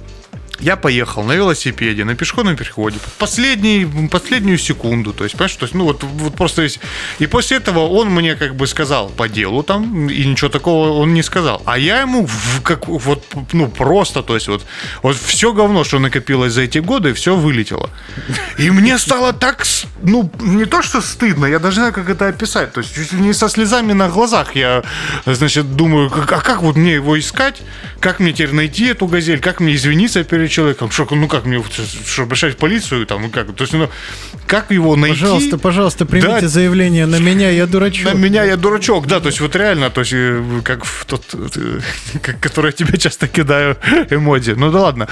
я поехал на велосипеде, на пешеходном переходе, последний, последнюю секунду, то есть, понимаешь, то есть, ну вот, вот просто, и после этого он мне как бы сказал по делу там, и ничего такого он не сказал, а я ему как, вот, ну просто, то есть, вот, вот все говно, что накопилось за эти годы, все вылетело. И мне стало так, ну, не то что стыдно, я даже не знаю, как это описать, то есть, чуть ли не со слезами на глазах я, значит, думаю, а как вот мне его искать, как мне теперь найти эту газель, как мне извиниться перед человеком, что, ну как мне, что, обращать в полицию, там, как, то есть, ну, как его найти? Пожалуйста, пожалуйста, примите да, заявление на меня, я дурачок. На меня я дурачок, да, то есть, вот реально, то есть, как в тот, который я тебе часто кидаю эмодзи, ну да ладно.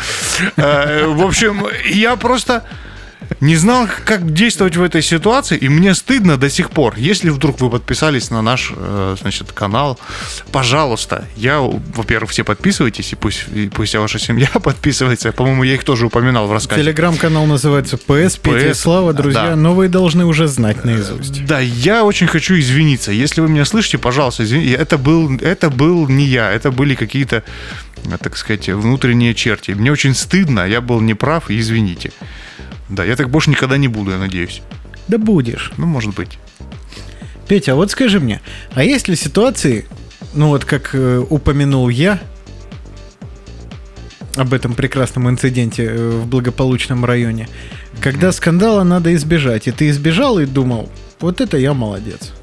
В общем, я просто не знал, как действовать в этой ситуации, и мне стыдно до сих пор. Если вдруг вы подписались на наш, значит, канал, пожалуйста, я, во-первых, все подписывайтесь, и пусть, и пусть ваша семья подписывается. По-моему, я их тоже упоминал в рассказе. Телеграм-канал называется ПС, Петя и Слава, друзья, да. Но вы должны уже знать наизусть. Да, я очень хочу извиниться. Если вы меня слышите, пожалуйста, извините. Это был, это был не я, это были какие-то, так сказать, внутренние черти. Мне очень стыдно, я был неправ, и извините. Да, я так больше никогда не буду, я надеюсь. Да будешь. Ну, может быть. Петя, а вот скажи мне, а есть ли ситуации, ну вот как э, упомянул я об этом прекрасном инциденте э, в благополучном районе, когда mm-hmm. скандала надо избежать, и ты избежал и думал, вот это я молодец?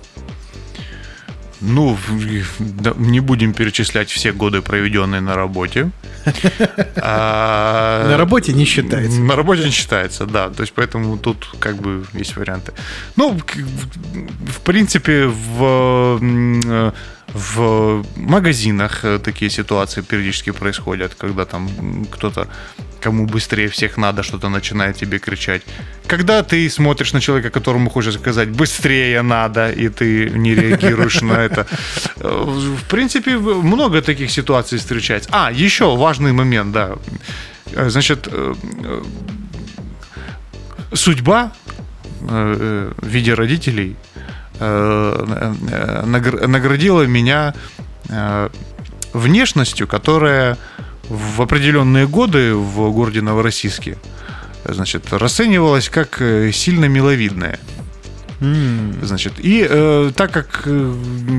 Ну, не будем перечислять все годы, проведенные на работе. На работе не считается. На работе не считается, да. То есть, поэтому тут как бы есть варианты. Ну, в принципе, в... В магазинах такие ситуации периодически происходят, когда там кто-то, кому быстрее всех надо, что-то начинает тебе кричать. Когда ты смотришь на человека, которому хочешь сказать «быстрее надо», и ты не реагируешь на это. В принципе, много таких ситуаций встречается. А, еще важный момент, да. Значит, судьба в виде родителей наградила меня внешностью, которая в определенные годы в городе Новороссийске, значит, расценивалась как сильно миловидная. Mm. Значит, и э, так как э,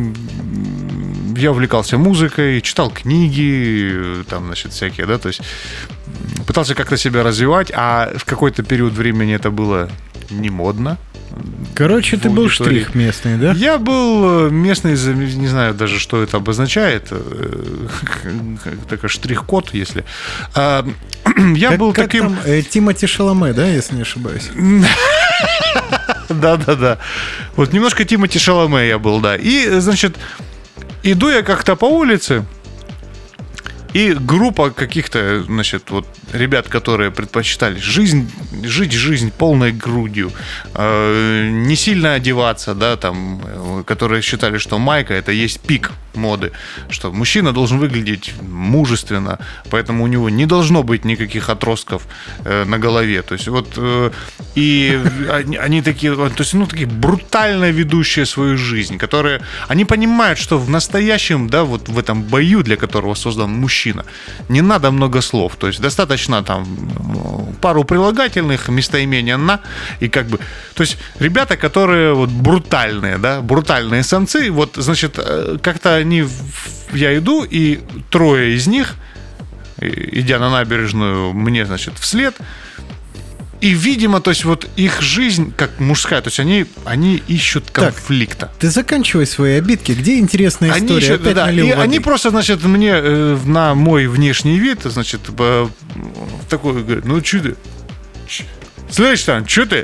я увлекался музыкой, читал книги, там, значит, всякие, да, то есть пытался как-то себя развивать, а в какой-то период времени это было не модно. Короче, ты был штрих местный, да? Я был местный, не знаю даже, что это обозначает. Такой штрих-код, если. Я как, был как таким... Там, э, Тимоти Шаломе, да, если не ошибаюсь? Да-да-да. Вот немножко Тимоти Шаломе я был, да. И, значит, иду я как-то по улице, и группа каких-то, значит, вот ребят, которые предпочитали жизнь, жить жизнь полной грудью, э, не сильно одеваться, да, там, которые считали, что майка это есть пик моды, что мужчина должен выглядеть мужественно, поэтому у него не должно быть никаких отростков э, на голове, то есть вот э, и они, они такие, то есть ну такие брутально ведущие свою жизнь, которые, они понимают, что в настоящем, да, вот в этом бою, для которого создан мужчина, не надо много слов, то есть достаточно там пару прилагательных, местоимения на, и как бы, то есть ребята, которые вот брутальные, да, брутальные самцы, вот, значит, как-то они, я иду, и трое из них, идя на набережную, мне, значит, вслед, и, видимо, то есть вот их жизнь как мужская, то есть они, они ищут конфликта. Так, ты заканчивай свои обидки. Где интересная они история? Ищут, да, и они просто, значит, мне э, на мой внешний вид, значит, э, такой, говорит, ну что ты? Слышь, там, что ты?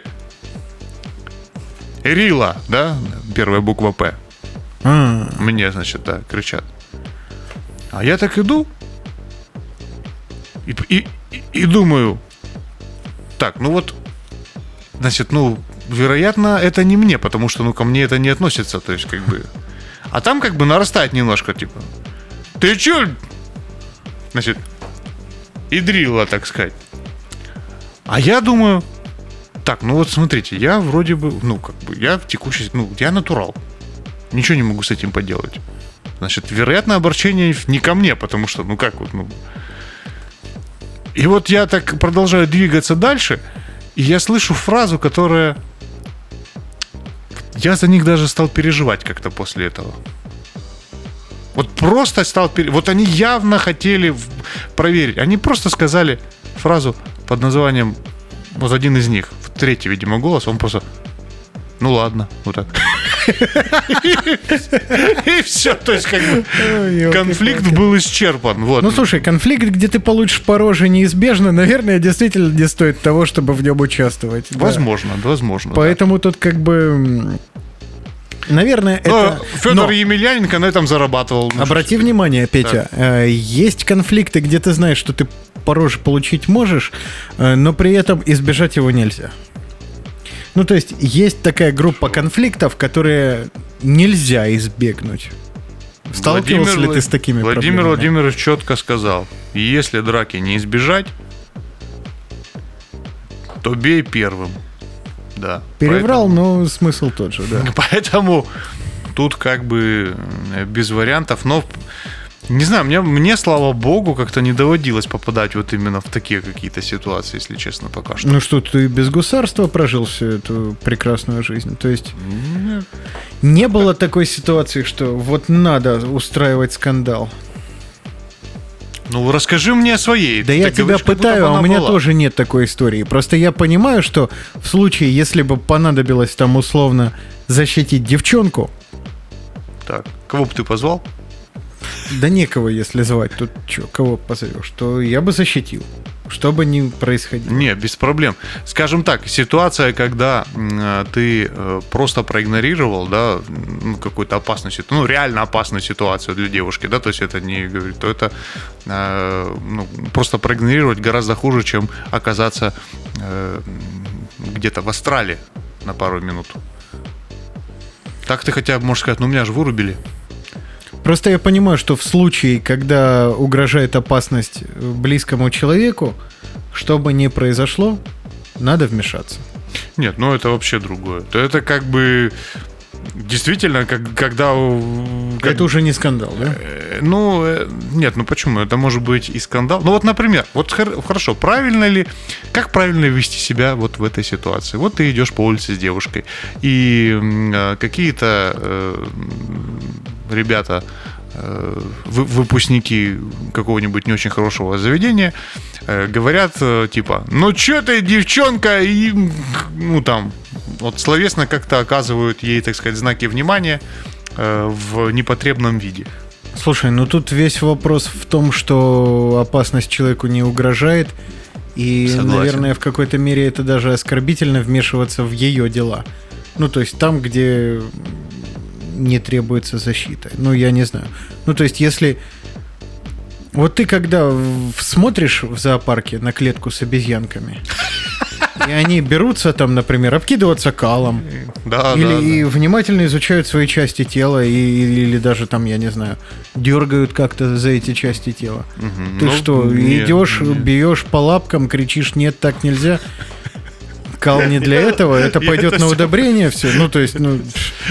Рила, да? Первая буква П. А-а-а. Мне, значит, да, кричат. А я так иду и, и, и, и думаю... Так, ну вот, значит, ну, вероятно, это не мне, потому что, ну, ко мне это не относится, то есть, как бы... А там, как бы, нарастает немножко, типа, ты чё? Значит, идрила, так сказать. А я думаю, так, ну вот, смотрите, я вроде бы, ну, как бы, я в текущей, ну, я натурал. Ничего не могу с этим поделать. Значит, вероятно, обращение не ко мне, потому что, ну, как вот, ну... И вот я так продолжаю двигаться дальше, и я слышу фразу, которая... Я за них даже стал переживать как-то после этого. Вот просто стал... Пере... Вот они явно хотели проверить. Они просто сказали фразу под названием... Вот один из них, третий, видимо, голос, он просто... Ну ладно, вот так. И все, то есть как бы конфликт был исчерпан. Ну слушай, конфликт, где ты получишь по роже, неизбежно, наверное, действительно не стоит того, чтобы в нем участвовать. Возможно, возможно. Поэтому тут как бы... Наверное, это... Федор Емельяненко на этом зарабатывал. Обрати внимание, Петя, есть конфликты, где ты знаешь, что ты по роже получить можешь, но при этом избежать его нельзя. Ну, то есть, есть такая группа конфликтов, которые нельзя избегнуть. Сталкивался Владимир, ли ты с такими Владимир проблемами? Владимир Владимирович четко сказал, если драки не избежать, то бей первым. Да. Переврал, поэтому... но смысл тот же, да. Поэтому тут как бы без вариантов, но Не знаю, мне, мне, слава богу, как-то не доводилось попадать вот именно в такие какие-то ситуации, если честно, пока что. Ну что, ты без гусарства прожил всю эту прекрасную жизнь? То есть Нет. не было такой ситуации, что вот надо устраивать скандал? Ну, расскажи мне о своей. Да Ты я тебя говоришь, как будто пытаю, бы а она у меня была. тоже нет такой истории. Просто я понимаю, что в случае, если бы понадобилось там условно защитить девчонку, Так, кого бы ты позвал? да некого, если звать, тут чё, кого позовешь, то я бы защитил, что бы ни происходило. Не, без проблем. Скажем так, ситуация, когда м, ты э, просто проигнорировал, да, ну, какую-то опасную ситуацию, ну, реально опасную ситуацию для девушки, да, то есть это не говорит, то это э, ну, просто проигнорировать гораздо хуже, чем оказаться э, где-то в астрале на пару минут. Так ты хотя бы можешь сказать, ну, меня же вырубили. Просто я понимаю, что в случае, когда угрожает опасность близкому человеку, что бы ни произошло, надо вмешаться. Нет, ну это вообще другое. То это как бы действительно, как, когда... Как, Это уже не скандал, да? э, ну, э, нет, ну почему? Это может быть и скандал. Ну вот, например, вот хор- хорошо, правильно ли, как правильно вести себя вот в этой ситуации? Вот ты идешь по улице с девушкой, и э, какие-то э, ребята, э, вы- выпускники какого-нибудь не очень хорошего заведения, э, говорят, э, типа, ну чё ты, девчонка, и, ну там, вот словесно как-то оказывают ей, так сказать, знаки внимания э, в непотребном виде. Слушай, ну тут весь вопрос в том, что опасность человеку не угрожает, и, Согласен. наверное, в какой-то мере это даже оскорбительно вмешиваться в ее дела. Ну, то есть там, где не требуется защита. Ну, я не знаю. Ну, то есть если... Вот ты когда в- смотришь в зоопарке на клетку с обезьянками, и они берутся там, например, обкидываться калом, Да, или да, и да. внимательно изучают свои части тела, и, или даже там, я не знаю, дергают как-то за эти части тела. Мгм. Ты Ну, что, не, идешь, не. бьешь по лапкам, кричишь, нет, так нельзя. Кал не для Я- этого, это я пойдет это на всё- удобрение все. Ну, то есть, ну,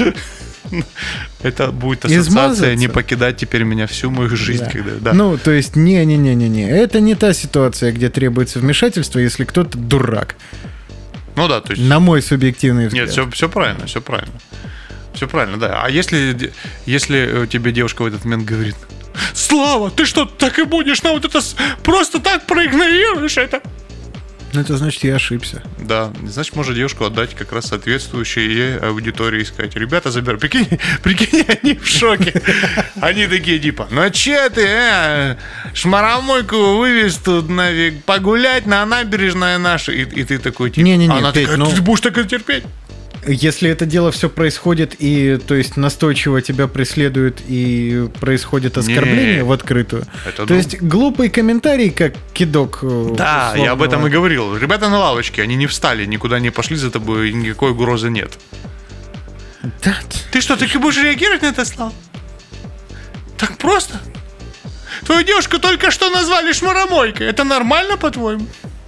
Это будет ассоциация Измазаться. не покидать теперь меня всю мою жизнь, да. когда. Да. Ну, то есть, не-не-не-не-не. Это не та ситуация, где требуется вмешательство, если кто-то дурак. Ну да, то есть. На мой субъективный взгляд. Нет, все, все правильно, все правильно. Все правильно, да. А если, если э, тебе девушка в этот момент говорит: Слава, ты что, так и будешь на вот это с- просто так проигнорируешь это? Ну, это значит, я ошибся. Да, значит, можно девушку отдать как раз соответствующей ей аудитории и сказать: ребята, забирай. Прикинь, прикинь, они в шоке. Они такие типа: ну че ты, э, шмаромойку вывез тут нафиг погулять на набережной нашей. И, и ты такой типа: Не-не-не, она Петь, такая: ну- ты будешь так и терпеть? Если это дело все происходит и, то есть, настойчиво тебя преследует и происходит оскорбление Не. в открытую, Это то да. есть глупый комментарий, как кидок. э, Да, я об этом условного. и говорил. Ребята на лавочке, они не встали, никуда не пошли, за тобой никакой угрозы нет. Да, Ты что, ты будешь реагировать на это, Слав? Так просто? Твою девушку только что назвали шмаромойкой. Это нормально, по-твоему?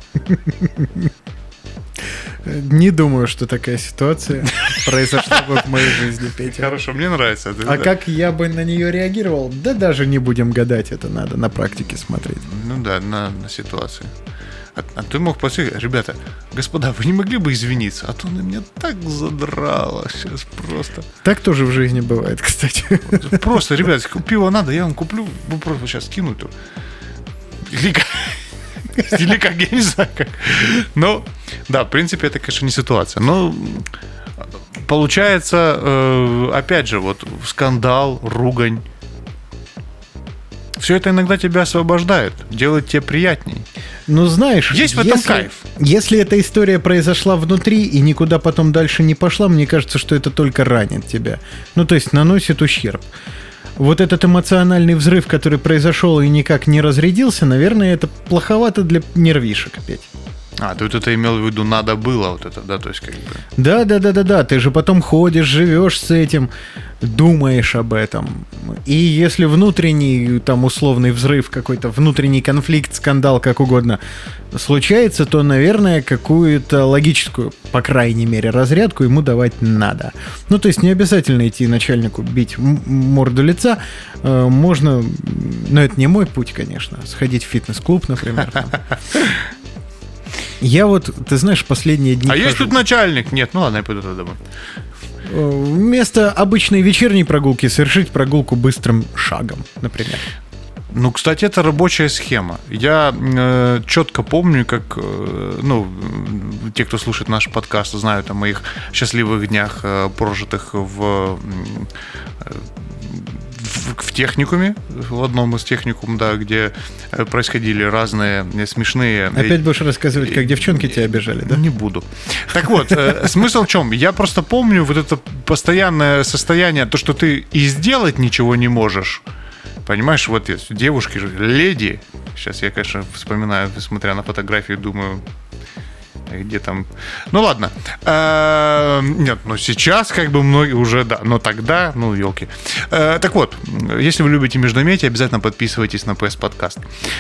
не думаю, что такая ситуация произошла бы в моей жизни, Петя. Хорошо, мне нравится. это, А да. как я бы на нее реагировал? Да даже не будем гадать, это надо на практике смотреть. Ну да, на, на ситуации. А, а ты мог посмотреть: ребята, господа, вы не могли бы извиниться? А то на меня так задрало сейчас просто. Так тоже в жизни бывает, кстати. Просто, ребят, пиво надо, я вам куплю. Вы просто сейчас кину то. Или как, или как, я не знаю как. Но, да, в принципе, это, конечно, не ситуация. Но получается, э, опять же, вот скандал, ругань. Все это иногда тебя освобождает, делает тебе приятней. Ну, знаешь, Есть в этом если- кайф. Если эта история произошла внутри и никуда потом дальше не пошла, мне кажется, что это только ранит тебя. Ну, то есть наносит ущерб. Вот этот эмоциональный взрыв, который произошел и никак не разрядился, наверное, это плоховато для нервишек, Петь. А, ты вот это имел в виду, надо было вот это, да, то есть как бы... Да, да, да, да, да. Ты же потом ходишь, живешь с этим. думаешь об этом. И если внутренний, там, условный взрыв, какой-то внутренний конфликт, скандал, как угодно, случается, то, наверное, какую-то логическую, по крайней мере, разрядку ему давать надо. Ну, то есть не обязательно идти начальнику бить морду лица. Можно, но это не мой путь, конечно, сходить в фитнес-клуб, например. Там. Я вот, ты знаешь, последние дни... А хожу. есть тут начальник? Нет, ну ладно, я пойду туда домой. Вместо обычной вечерней прогулки совершить прогулку быстрым шагом, например. Ну, кстати, это рабочая схема. Я э, четко помню, как, э, ну, те, кто слушает наш подкаст, знают о моих счастливых днях, э, прожитых в, э, в, в техникуме, в одном из техникум, да, где происходили разные смешные... Опять будешь рассказывать, как девчонки тебя обижали, да? Не буду. Так вот, э, смысл в чем? Я просто помню вот это постоянное состояние, то, что ты и сделать ничего не можешь. Понимаешь, вот девушки, леди, сейчас я, конечно, вспоминаю, смотря на фотографии, думаю, где там... Ну, ладно. Нет, ну, сейчас как бы многие уже, да, но тогда, ну, елки. Так вот, если вы любите междометие, обязательно подписывайтесь на пи эс подкаст.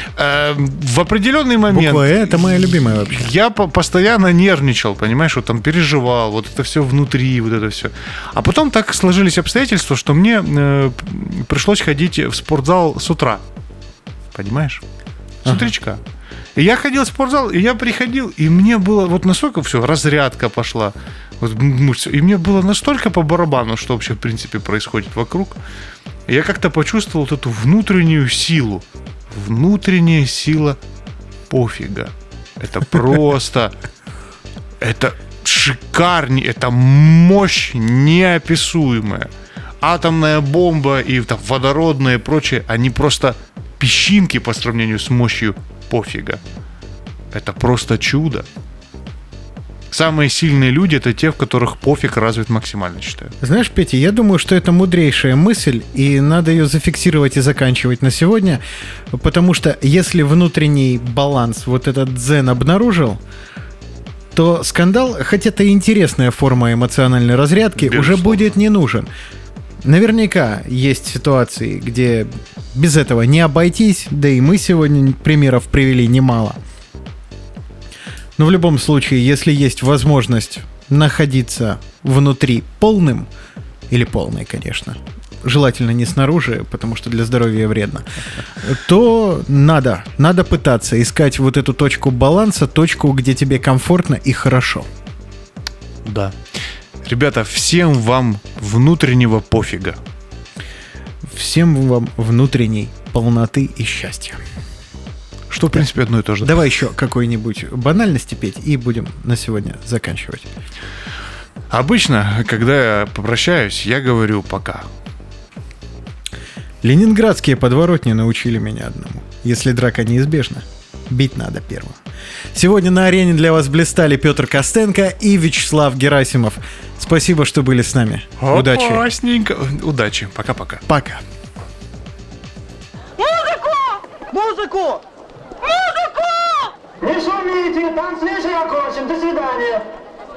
В определенный момент... Буква «Э» — это моя любимая вообще. Я постоянно нервничал, понимаешь, вот там переживал, вот это все внутри, вот это все. А потом так сложились обстоятельства, что мне пришлось ходить в спортзал с утра. Понимаешь? С утречка. Ага. И я ходил в спортзал, и я приходил, и мне было вот настолько все, разрядка пошла, вот мышцы, и мне было настолько по барабану, что вообще в принципе происходит вокруг. И я как-то почувствовал вот эту внутреннюю силу, внутренняя сила пофига. Это просто, это шикарнее, это мощь неописуемая. Атомная бомба и там водородные и прочее, они просто песчинки по сравнению с мощью пофига. Это просто чудо. Самые сильные люди — это те, в которых пофиг развит максимально, считаю. Знаешь, Петя, я думаю, что это мудрейшая мысль, и надо ее зафиксировать и заканчивать на сегодня, потому что если внутренний баланс, вот этот дзен обнаружил, то скандал, хоть это и интересная форма эмоциональной разрядки, Безусловно. Уже будет не нужен. Наверняка есть ситуации, где без этого не обойтись, да и мы сегодня примеров привели немало. Но в любом случае, если есть возможность находиться внутри полным, или полной, конечно, желательно не снаружи, потому что для здоровья вредно, то надо, надо пытаться искать вот эту точку баланса, точку, где тебе комфортно и хорошо. Да. Ребята, всем вам внутреннего пофига. Всем вам внутренней полноты и счастья. Что, в принципе, одно и то же. Давай еще какой-нибудь банальности петь, и будем на сегодня заканчивать. Обычно, когда я попрощаюсь, я говорю пока. Ленинградские подворотни научили меня одному. Если драка неизбежна, бить надо первым. Сегодня на арене для вас блистали Петр Костенко и Вячеслав Герасимов. Спасибо, что были с нами. Удачи. Опасненько. Удачи. Пока-пока. Пока. Музыку! Музыку! Музыку! Не шумите, танцвишь окончен. До свидания.